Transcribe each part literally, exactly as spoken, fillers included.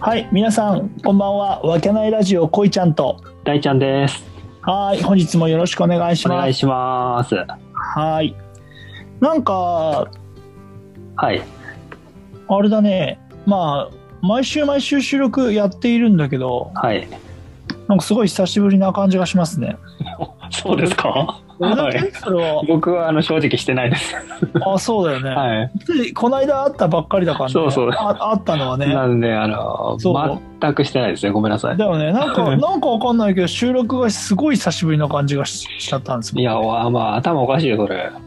はい、皆さんこんばんは。わけないラジオこいちゃんと大ちゃんです。 はい、本日もよろしくお願いします。 お願いします。 はい、なんかはいあれだね、まあ毎週毎週収録やっているんだけど、 はい、 なんかすごい久しぶりな感じがしますね。 そうですか。 はい、それは僕はあの正直してないです。 あ、そうだよね、 はい、 この間会ったばっかりだからね。 そうそう、 あ会ったのはね。 なんであの全くしてないですね。ごめんなさい。 だよね、なんかなんかわかんないけど収録がすごい久しぶりな感じがしちゃったんですよ。 いや、まあ頭おかしいよそれ。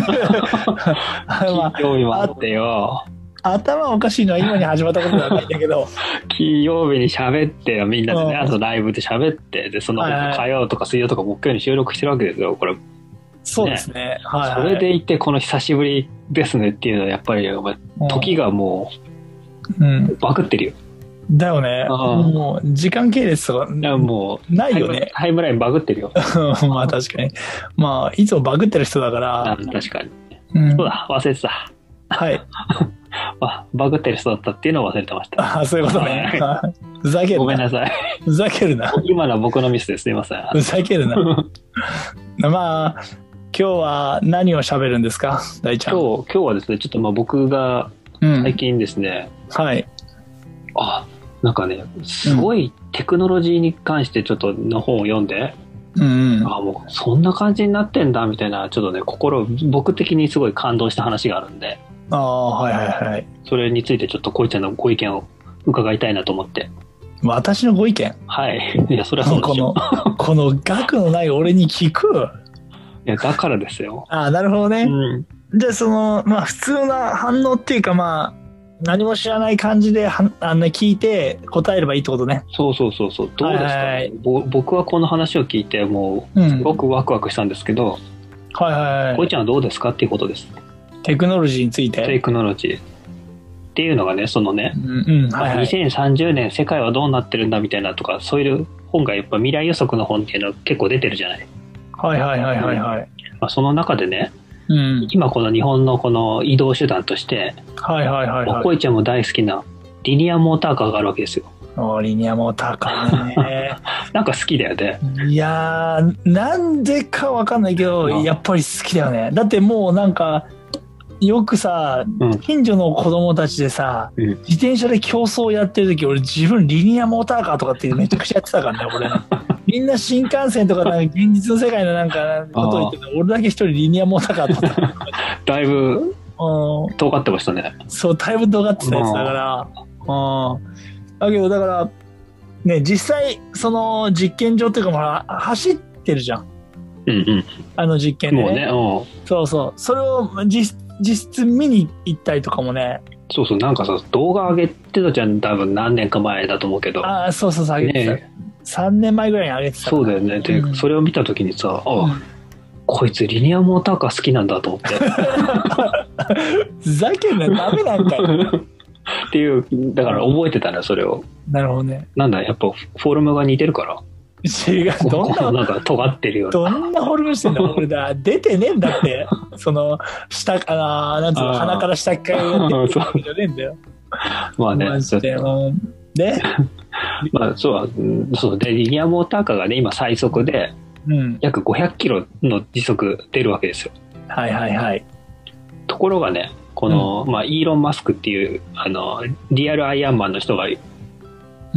金曜日もあってよ。 頭おかしいのは今に始まったことではないんだけど金曜日に喋ってよ、みんなでね、あとライブで喋って、でその火曜とか水曜とか木曜に収録してるわけですよ、これ。 そうですね、 ね、 はいはい、 それでいてこの久しぶりですねっていうのはやっぱりお前時がもう、うん、バグってるよ。 だよね、もう時間系列とかもうないよね。 タイムラインバグってるよ。 まあ確かに、まあいつもバグってる人だから。 確かに、 うん、 そうだ、忘れてた。 はいあ、バグってる人だったっていうのを忘れてました。 あ、そういうことね。ふざけるな。 ごめんなさい。 ふざけるな。 今のは僕のミスです。すいません。 ふざけるな。まあ今日は何を喋るんですか、大ちゃん。 今日今日はですね、ちょっとまあ僕が最近ですね、 うん、はい。 あ、なんかね、すごいテクノロジーに関してちょっとの本を読んで、うんうん、あ、もうそんな感じになってんだみたいな、ちょっとね、心僕的にすごい感動した話があるんで。 ああ、はいはいはい。 それについてちょっとこいちゃんのご意見を伺いたいなと思って。 私のご意見？ はい。いや、それはそうですよ。 このこの額のない俺に聞く。 いや、だからですよ。 ああ、なるほどね。 うん、 じゃあそのまあ普通な反応っていうか、まあ何も知らない感じではあの聞いて答えればいいってことね。 そうそうそうそう。どうですかね。はいはい、ぼ僕はこの話を聞いてもうすごくワクワクしたんですけど、 うん、はいはいはい。 こいちゃんはどうですかっていうことです。 テクノロジーについて。 テクノロジーっていうのがね、そのね、 うんうん、はいはい、 にせんさんじゅうねん世界はどうなってるんだみたいなとか、そういう本がやっぱ未来予測の本っていうのは結構出てるじゃない。 はいはいはいはいはい。 まあ、その中でね、うん、今この日本のこの移動手段として、 はいはいはいはい、 こいちゃんも大好きなリニアモーターカーがあるわけですよ。 おリニアモーターカーね。 なんか好きだよね。 いやー、なんでかわかんないけど、やっぱり好きだよね。だってもうなんかよくさ、うん、近所の子供たちでさ、うん、自転車で競争やってる時、俺自分リニアモーターカーとかってめちゃくちゃやってたからね俺。みんな新幹線とかなんか現実の世界のなんかことを言ってた。俺だけ一人リニアモーターカーとかだいぶ尖ってましたね。 そう、だいぶ尖ってたやつだから。うんだけどだからね、実際その実験場っていうか、まあ走ってるじゃん。 うんうん。 あの実験で、ね。 もうね、 そうそう。それを実実質見に行ったりとかもね。 そうそう、なんかさ、動画上げてたじゃん、多分何年か前だと思うけど。 ああ、そうそうそう、上げてた。ね、さんねんまえぐらいに上げてた。 そうだよね。で、うん、それを見た時にさ、あ、うん、こいつリニアモーターカー好きなんだと思って。 ふざけんな、ダメなんかよ。 っていう、だから覚えてたね、それを。 なるほどね。 なんだ、やっぱフォルムが似てるから。 違う、どんな、 なんか尖ってるような。どんなフォルムしてんだ、俺だ。出てねえんだって。その、下、あなんつうの、鼻から下っかいやってるわけじゃねえんだよ。 まあね。 マジで、もう。でまあ、そう、そうで、リニアモーターカーがね、今最速で、うん、約ごひゃくキロの時速出るわけですよ。 はいはいはい。 ところがね、この、うん、まあ、イーロン・マスクっていう、あの、リアルアイアンマンの人が、うん、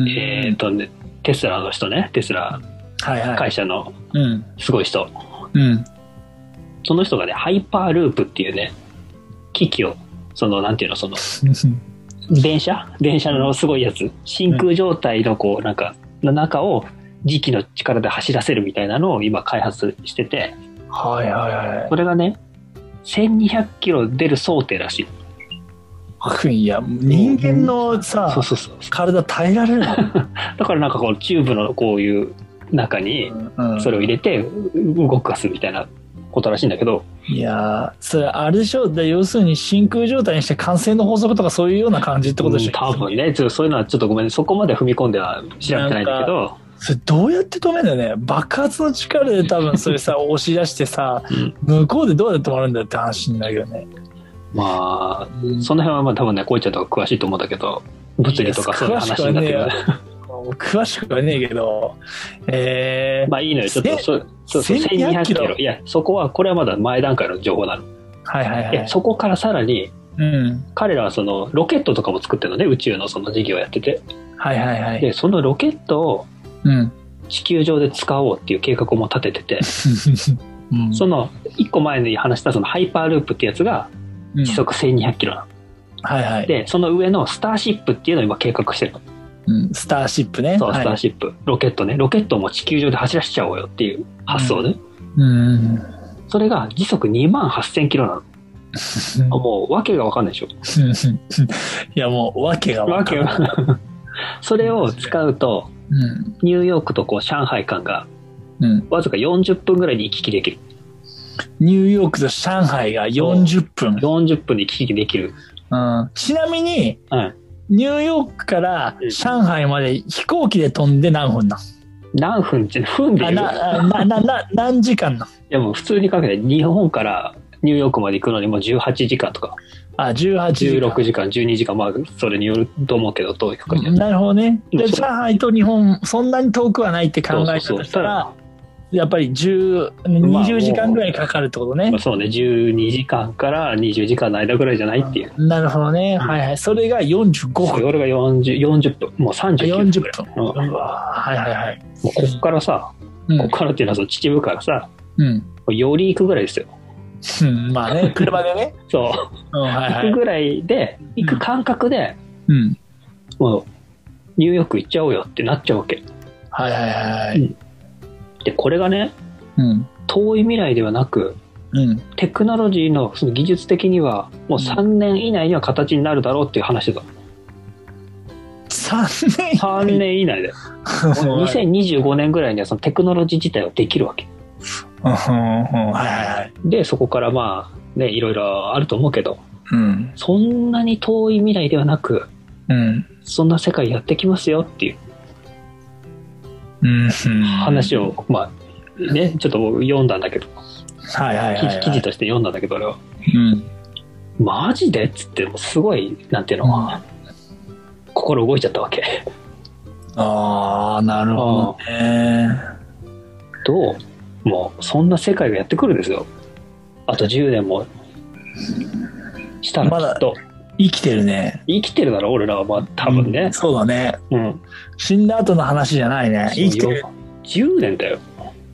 えっとね、テスラの人ね、テスラ会社のすごい人、うんうん、その人がね、ハイパーループっていうね、機器を、その、なんていうの、その、電車電車のすごいやつ、真空状態のこう、なんか、の中を磁気の力で走らせるみたいなのを今開発してて、 はいはいはい。 それがね、せんにひゃくキロ出る想定らしい。 いや、人間のさ、そうそうそう、体耐えられるのだからなんかこうチューブのこういう中にそれを入れて動かすみたいなことらしいんだけど、 いやそれあれでしょ、で要するに真空状態にして慣性の法則とかそういうような感じってことでしょ、うん、 多分ね。ちょっとそういうのはちょっとごめんね、そこまで踏み込んでは調べてないんだけど、 それどうやって止めるんだよね。爆発の力で多分それさ押し出してさ、うん、向こうでどうやって止まるんだよって話になるよね。 まあ、うん、その辺はまあ多分ねこういっちゃんとか詳しいと思うんだけど、物理とかそういう話になってくる。 詳しくはねえけど、えー、 まあいいのよ、ちょっとそそせんにひゃくキロ、いやそこはこれはまだ前段階の情報なの。 はいはいはい。 そこからさらに、うん、彼らはそのロケットとかも作ってるのね、宇宙のその事業をやってて、 はいはいはい。 でそのロケットを地球上で使おうっていう計画も立ててて、うん、そのいっこまえに話したそのハイパーループってやつが時速せんにひゃくキロなの、うん、はいはい。でその上のスターシップっていうのを今計画してるの。 うん、スターシップね。 そう、スターシップ、はい、ロケットね、ロケットも地球上で走らせちゃおうよっていう発想ね、うんうん、それが時速にまんはっせんキロなの。もう訳が分かんないでしょ。 いやもう訳が分かんない。 それを使うと、うん、ニューヨークとこう上海間がわずかよんじゅっぷんぐらいで行き来できる。 ニューヨークと上海がよんじゅっぷん。 よんじゅっぷんで行き来できる。 うん、ちなみに、うんニューヨークから上海まで飛行機で飛んで何分なの？ 何分って分で言う？ なななな何時間なの？いやもう普通にかけて日本からニューヨークまで行くのにもうじゅうはちじかんとか。 あ、じゅうはちじかん。 じゅうろくじかん、じゅうにじかん、まあそれによると思うけどどういうか、ね、 なるほどね。で上海と日本そんなに遠くはないって考えたとしたら。やっぱりじゅう、にじゅうじかんぐらいかかるってことね。 まあ、そうね、じゅうにじかんからにじゅうじかんの間ぐらいじゃないっていう。 なるほどね、うん、はいはい。それがよんじゅうごふん。 それがよんじゅう、よんじゅっぷん、もうさんじゅうきゅうふん。 よんじゅっぷん。うん、うわはいはいはい。 もうこっからさ、うん、こっからっていうのはその秩父からさ、うん、より行くぐらいですよ。 うん、まあね、車でね。 そう、うんはいはい。行くぐらいで、行く感覚で、うん、もうニューヨーク行っちゃおうよってなっちゃうわけ。 はいはいはい。うん、 で、これがね、うん、遠い未来ではなく、うん、テクノロジー の, その技術的にはもうさんねん以内には形になるだろうっていう話だ。 さんねんさんねん以内でにせんにじゅうごねんぐらいにはそのテクノロジー自体はできるわけ。でそこからまあねいろいろあると思うけど、うん、そんなに遠い未来ではなく、うん、そんな世界やってきますよっていう、うん、話をまあね、ちょっと読んだんだけど、 はいはいはいはい、 記事として読んだんだけど俺は、うん、マジでっつってもすごいなんていうの、うん、心動いちゃったわけ。 ああなるほどね。 どうもうそんな世界がやってくるんですよ。あとじゅうねんもしたらきっと、ま、 生きてるね。 生きてるだろ俺らはまあ多分ね、うん、 そうだね、うん、死んだ後の話じゃないね。生きてる。 じゅうねんだよ。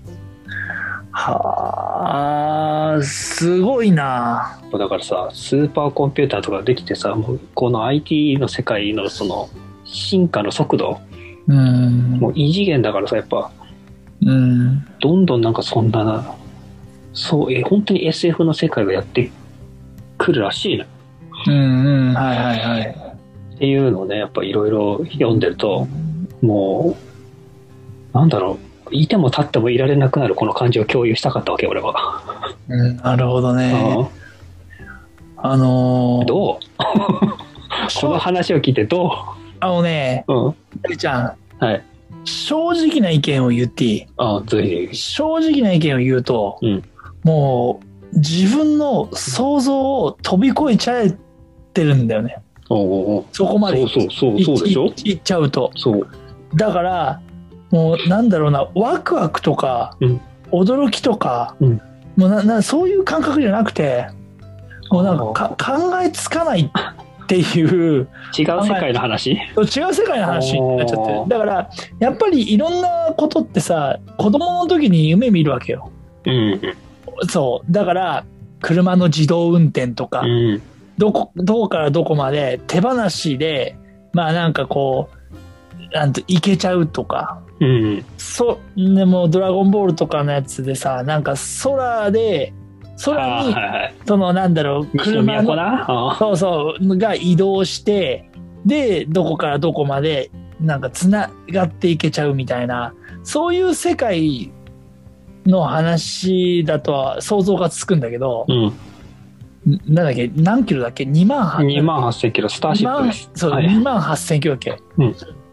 はあすごいな。 だからさスーパーコンピューターとかできてさもうこの アイティー の世界のその進化の速度うんもう異次元だからさやっぱうんどんどんなんかそんななそうえ本当に エスエフ の世界がやってくるらしいな。 うんうんはいはいはいっていうのをねやっぱいろいろ読んでるともうなんだろういても立ってもいられなくなるこの感じを共有したかったわけ俺は、 うん、なるほどね。あのー、 どうこの話を聞いてどうあのねうんたけちゃん、 はい、 正直な意見を言っていい？ あぜひ。 正直な意見を言うと、うん、もう自分の想像を飛び越えちゃえてるんだよね。 おうおうおうそこまでそうそうそうそうでしょいっちゃうとそうだからもうなんだろうなワクワクとか、うん、驚きとか、うん、もうななそういう感覚じゃなくてもうなんかか考えつかないっていう違う世界の話違う世界の話になっちゃってる。だからやっぱりいろんなことってさ子供の時に夢見るわけよ、うん、そうだから車の自動運転とか、うん、どこどこからどこまで手放しでまあなんかこうなんといけちゃうとか、うん、そでもドラゴンボールとかのやつでさなんか空で空に、はいはい、そのなんだろう車のそうそうが移動してでどこからどこまでなんかつながっていけちゃうみたいなそういう世界の話だとは想像がつくんだけど、うん、なんだっけ何キロだっけにまんはっせんキロスターシップです。そう、はい、にまんはっせんキロだっけ、うん、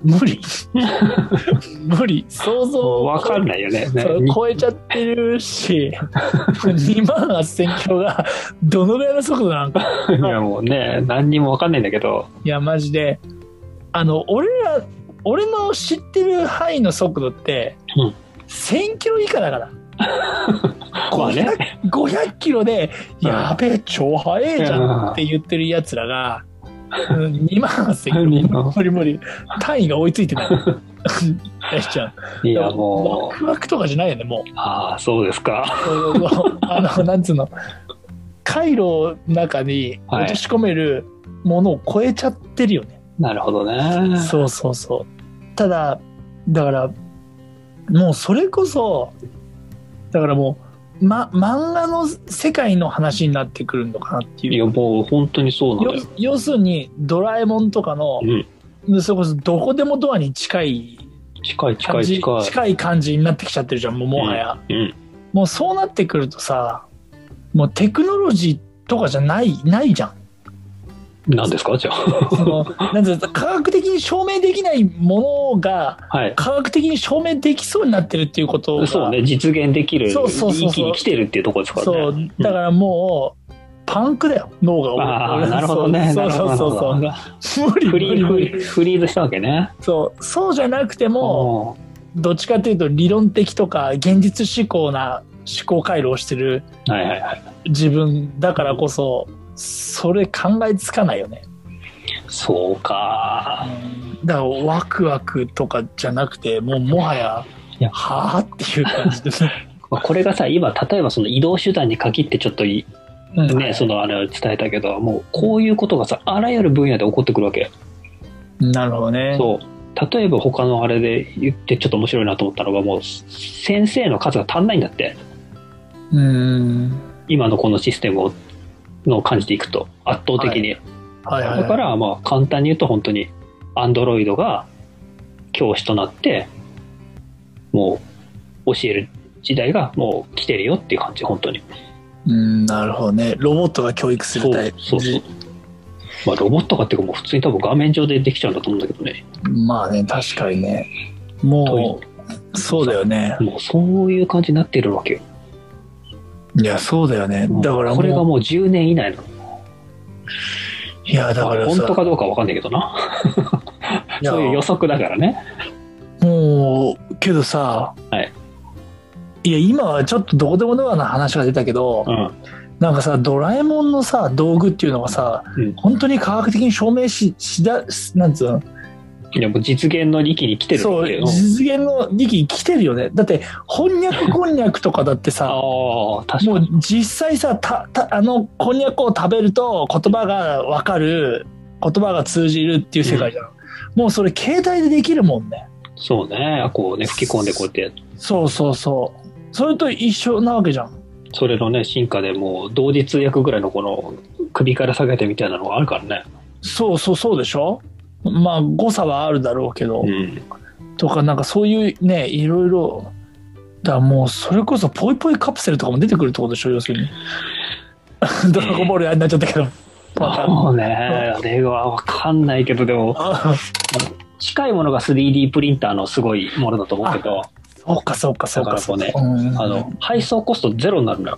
無理無理想像わかんないよね。 超えちゃってるしにまんはっせんキロがどのぐらいの速度なんかいやもうね何にもわかんないんだけど、 いやマジであの俺ら俺の知ってる範囲の速度って、うん、せんキロ以下だからまあね、ごひゃくキロでやべえ超速えじゃんって言ってるやつらがにまんはっせんキロ無理無理単位が追いついてないやしちゃん。いやもうワクワクとかじゃないよねもう。 ああそうですか。 あのなんつうの回路の中に落とし込めるものを超えちゃってるよね、はい、 なるほどね。 そうそうそう。ただだからもうそれこそだからもう、ま、漫画の世界の話になってくるのかなっていう。 いやもう本当にそうなんだよ。 要するにドラえもんとかの、うん、それこそどこでもドアに近い近い近い近い近い感じになってきちゃってるじゃんもうもはや、うんうん、もうそうなってくるとさもうテクノロジーとかじゃないないじゃん。 何ですかじゃあそのなんていうか科学的に証明できないものが、はい、科学的に証明できそうになってるっていうことがそうね実現できる域に来てるっていうところですからね。 そうだからもう、うん、パンクだよ脳が。 ああなるほどね。 そうそうそうそう無理フリーフリーフリーズしたわけね。 そうそうじゃなくてもどっちかというと理論的とか現実思考な思考回路をしてる自分だからこそそれ考えつかないよね。 そうか、 うん、だからワクワクとかじゃなくてもうもはやはあっていう感じですねこれがさ今例えばその移動手段に限ってちょっとい、うん、ねそのあれを伝えたけどもうこういうことがさあらゆる分野で起こってくるわけ。 なるほどね。 そう例えば他のあれで言ってちょっと面白いなと思ったのがもう先生の数が足んないんだって。 うーん今のこのシステムをの感じでいくと圧倒的に、はいはいはいはい、だからまあ簡単に言うと本当にアンドロイドが教師となってもう教える時代がもう来てるよっていう感じ本当に。 うんなるほどね。ロボットが教育するタイプ。 そうそうそう、まあ、ロボットかっていうかもう普通に多分画面上でできちゃうんだと思うんだけどね。 まあね確かにねもうそうだよね。 もうそういう感じになってるわけよ。 いやそうだよね。だからこれがもうじゅうねん以内なの。 いやだからさ本当かどうかわかんないけどなそういう予測だからね。 もうけどさ、はい、いや今はちょっとどこでもドアの話が出たけど、うん、なんかさドラえもんのさ道具っていうのがさ、うん、本当に科学的に証明ししだなんつうのいやもう実現の域に来てる。 そう実現の域に来てるよね。だってこんにゃくこんにゃくとかだってさあ確かにもう実際さたたあのこんにゃくを食べると言葉が分かる言葉が通じるっていう世界じゃん、うん、もうそれ携帯でできるもんね。 そうねこうね吹き込んでこうやってそうそうそうそれと一緒なわけじゃん。 それのね進化でもう同時通訳ぐらいのこの首から下げてみたいなのがあるからね。 そうそうそうでしょ。まあ誤差はあるだろうけど、うん、とかなんかそういうねいろいろだからもうそれこそポイポイカプセルとかも出てくるってことでしょ要するにドラゴンボールになっちゃったけどそうねあれは分かんないけどでも近いものが スリーディー プリンターのすごいものだと思うけどそうかそうかそうかそうかねあの配送コストゼロになるのよ。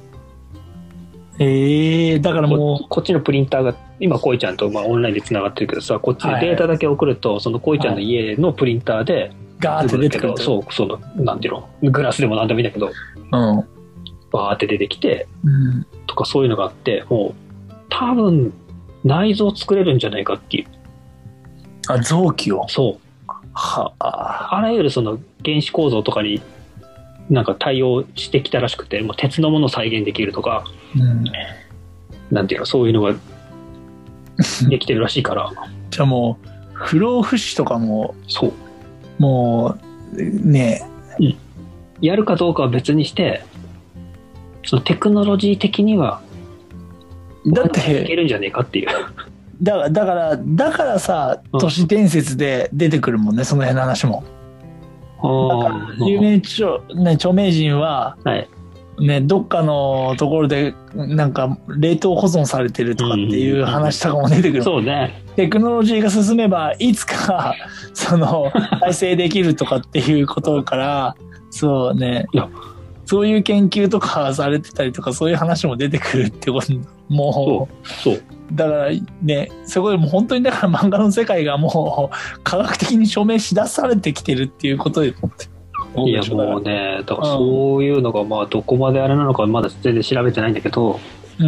えー、だからもうこ, こっちのプリンターが今こいちゃんとまあオンラインでつながってるけどさこっちでデータだけ送ると、はいはい、そのこいちゃんの家のプリンターでガーって出てくる。 そうそのなんていうのグラスでもなんでもいいんだけど、うん、バーって出てきて、うん、とかそういうのがあってもう多分内臓作れるんじゃないかっていう。 あ臓器をそうは あ, あらゆるその原子構造とかになんか対応してきたらしくてもう鉄のものを再現できるとか、うん、なんていうのそういうのができてるらしいからじゃあもう不老不死とかもそうもうねえ、うん、 やるかどうかは別にしてそのテクノロジー的にはだっていけるんじゃねえかっていうだ, だからだからさ都市伝説で出てくるもんね、うん、その辺の話も。だから有名著、ね、著名人は、はい、 ね、どっかのところでなんか冷凍保存されてるとかっていう話とかも出てくる、 そうね、 テクノロジーが進めばいつかその再生できるとかっていうことからそうね、いやそういう研究とかされてたりとかそういう話も出てくるってこともうそうそうだからね、そこでもう本当にだから漫画の世界がもう科学的に証明しだされてきてるっていうことで、 いやもうね、だからそういうのがまあどこまであれなのかまだ全然調べてないんだけど、うん、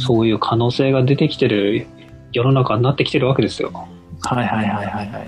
そういう可能性が出てきてる世の中になってきてるわけですよ。 はいはいはいはいはい。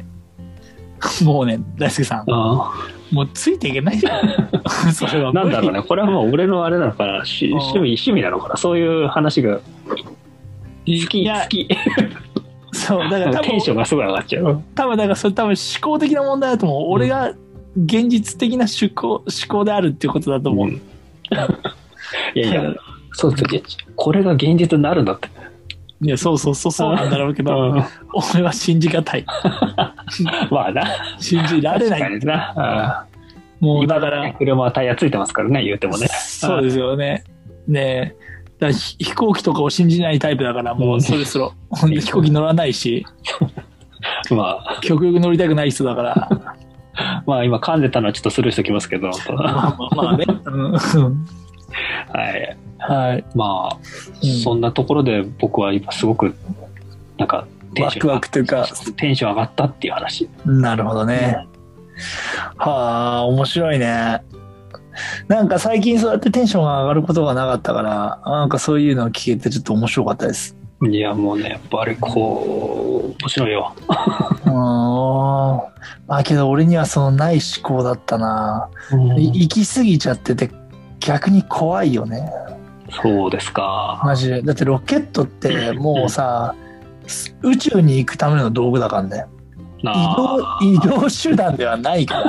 もうね、大輔さん、あもうついていけないじゃん。それはなんだろうね、これはもう俺のあれなのかな、趣味趣味なのかな、そういう話が好き好き。 そうだからテンションがすごい上がっちゃう。 多分だからそれ多分思考的な問題だと思う。俺が現実的な思考思考であるっていうことだと思う。うん、いやいや、そうです。これが現実になるんだって。 いやそうそうそうそうなんだろうけど、俺は信じがたい。 まあな、 信じられない。 なもうだから車はタイヤついてますからね、言うてもね。 そうですよね。ねだから飛行機とかを信じないタイプだからもうそろそろ飛行機乗らないし、まあ極力乗りたくない人だから。 まあ今噛んでたのはちょっとスルーしておきますけど。 まあまあまあね。 はい。はい、まあ、うん、そんなところで僕は今すごくなんかテンションワクワクというかテンション上がったっていう話。 なるほどね。うん、はあ面白いね。なんか最近そうやってテンションが上がることがなかったからなんかそういうのを聞けてちょっと面白かったです。 いやもうねやっぱりこう面白いよ。 ああけど俺にはそのない思考だったな。うん、行き過ぎちゃってて逆に怖いよね。 そうですか。 マジで。だってロケットってもうさ、うん、宇宙に行くための道具だからね。移動、移動手段ではないから。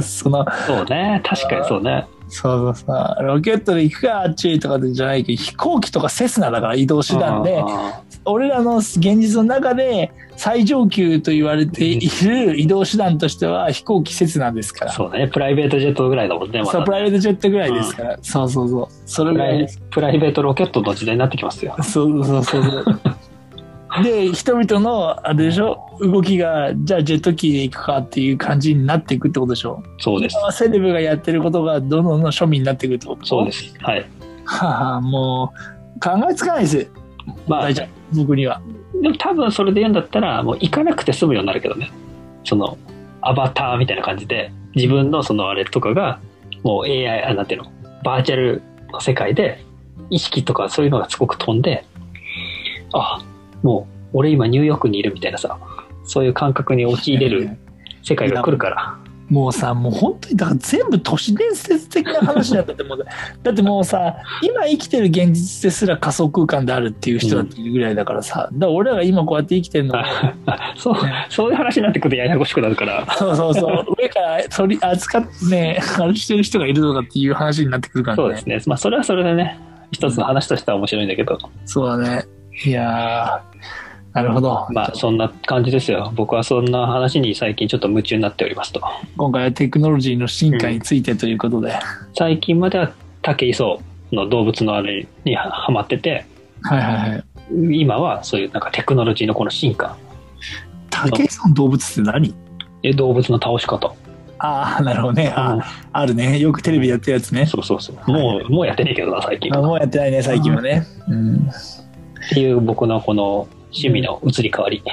そのそうね、確かにそうね。 そうそうさ、ロケットで行くかあっちとかじゃないけど、飛行機とかセスナだから移動手段で、俺らの現実の中で最上級と言われている移動手段としては飛行機セスナですから。 そうね、プライベートジェットぐらいだもんね。まだね、 そうプライベートジェットぐらいですから。うん、そうそうそう。それぐらいプライベートロケットの時代になってきますよ。 そうそうそうそう。で人々のあれでしょ、動きがじゃあジェット機で行くかっていう感じになっていくってことでしょ。 そうです。 今はセレブがやってることがどんどん庶民になっていくってこと。 そうです。はい。 はあもう考えつかないです。まあ大丈夫僕には。 でも多分それで言うんだったらもう行かなくて済むようになるけどね。そのアバターみたいな感じで自分のそのあれとかがもう エーアイ あなんていうのバーチャルの世界で意識とかそういうのがすごく飛んで、あもう俺今ニューヨークにいるみたいなさ、そういう感覚に陥れる世界が来るから。 もうさもう本当にだから全部都市伝説的な話だったってもうだってもうさ今生きてる現実ですら仮想空間であるっていう人だっているぐらいだからさ、うん、だから俺らが今こうやって生きてるのもそう、ね、そういう話になってくるとややこしくなるからそうそうそう上から取り扱ってねあれしてる人がいるとかっていう話になってくるからね。 そうですね、まあそれはそれでね一つの話としては面白いんだけど、 うん、そうだね。いやーなるほど。 まあそんな感じですよ。僕はそんな話に最近ちょっと夢中になっておりますと。 今回はテクノロジーの進化についてということで、うん、 最近までは武井壮の動物のあれにハマってて、 はいはいはい、 今はそういうなんかテクノロジーのこの進化。 武井壮の動物って何？ え動物の倒し方。 ああなるほどね。あ、うん、あるね。よくテレビやってるやつね。 そうそうそう。もう、はい、もうやってないけどな最近。 もうやってないね最近はね。うん、 っていう僕のこの趣味の移り変わり、うん、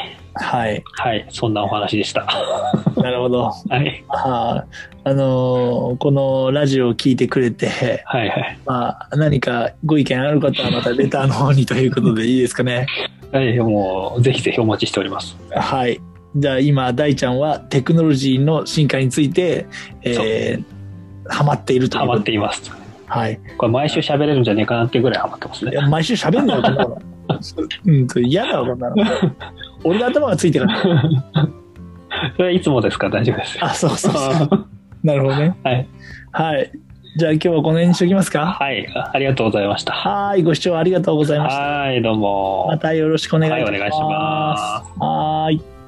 はいはいそんなお話でした。 なるほど。はい。ああのー、このラジオを聞いてくれて、はいはい。まあ何かご意見ある方はまたレターの方にということでいいですかね。 はい、もうぜひぜひお待ちしております。 はい。じゃあ今大ちゃんはテクノロジーの進化について、えー、ハマっているということ。 ハマっています。 はい。 これ毎週喋れるんじゃねえかなっていうぐらいハマってますね。 いや毎週喋んないよこんなの。うんと嫌だわこんなの。俺の頭がついてる。 それはいつもですか？大丈夫です。 あそうそうそう。なるほどね。はいはい。じゃあ今日はこの辺にしておきますか。 はい、ありがとうございました。 はい、ご視聴ありがとうございました。 はい、どうも。 またよろしくお願いします。 はい、お願いします。 はい。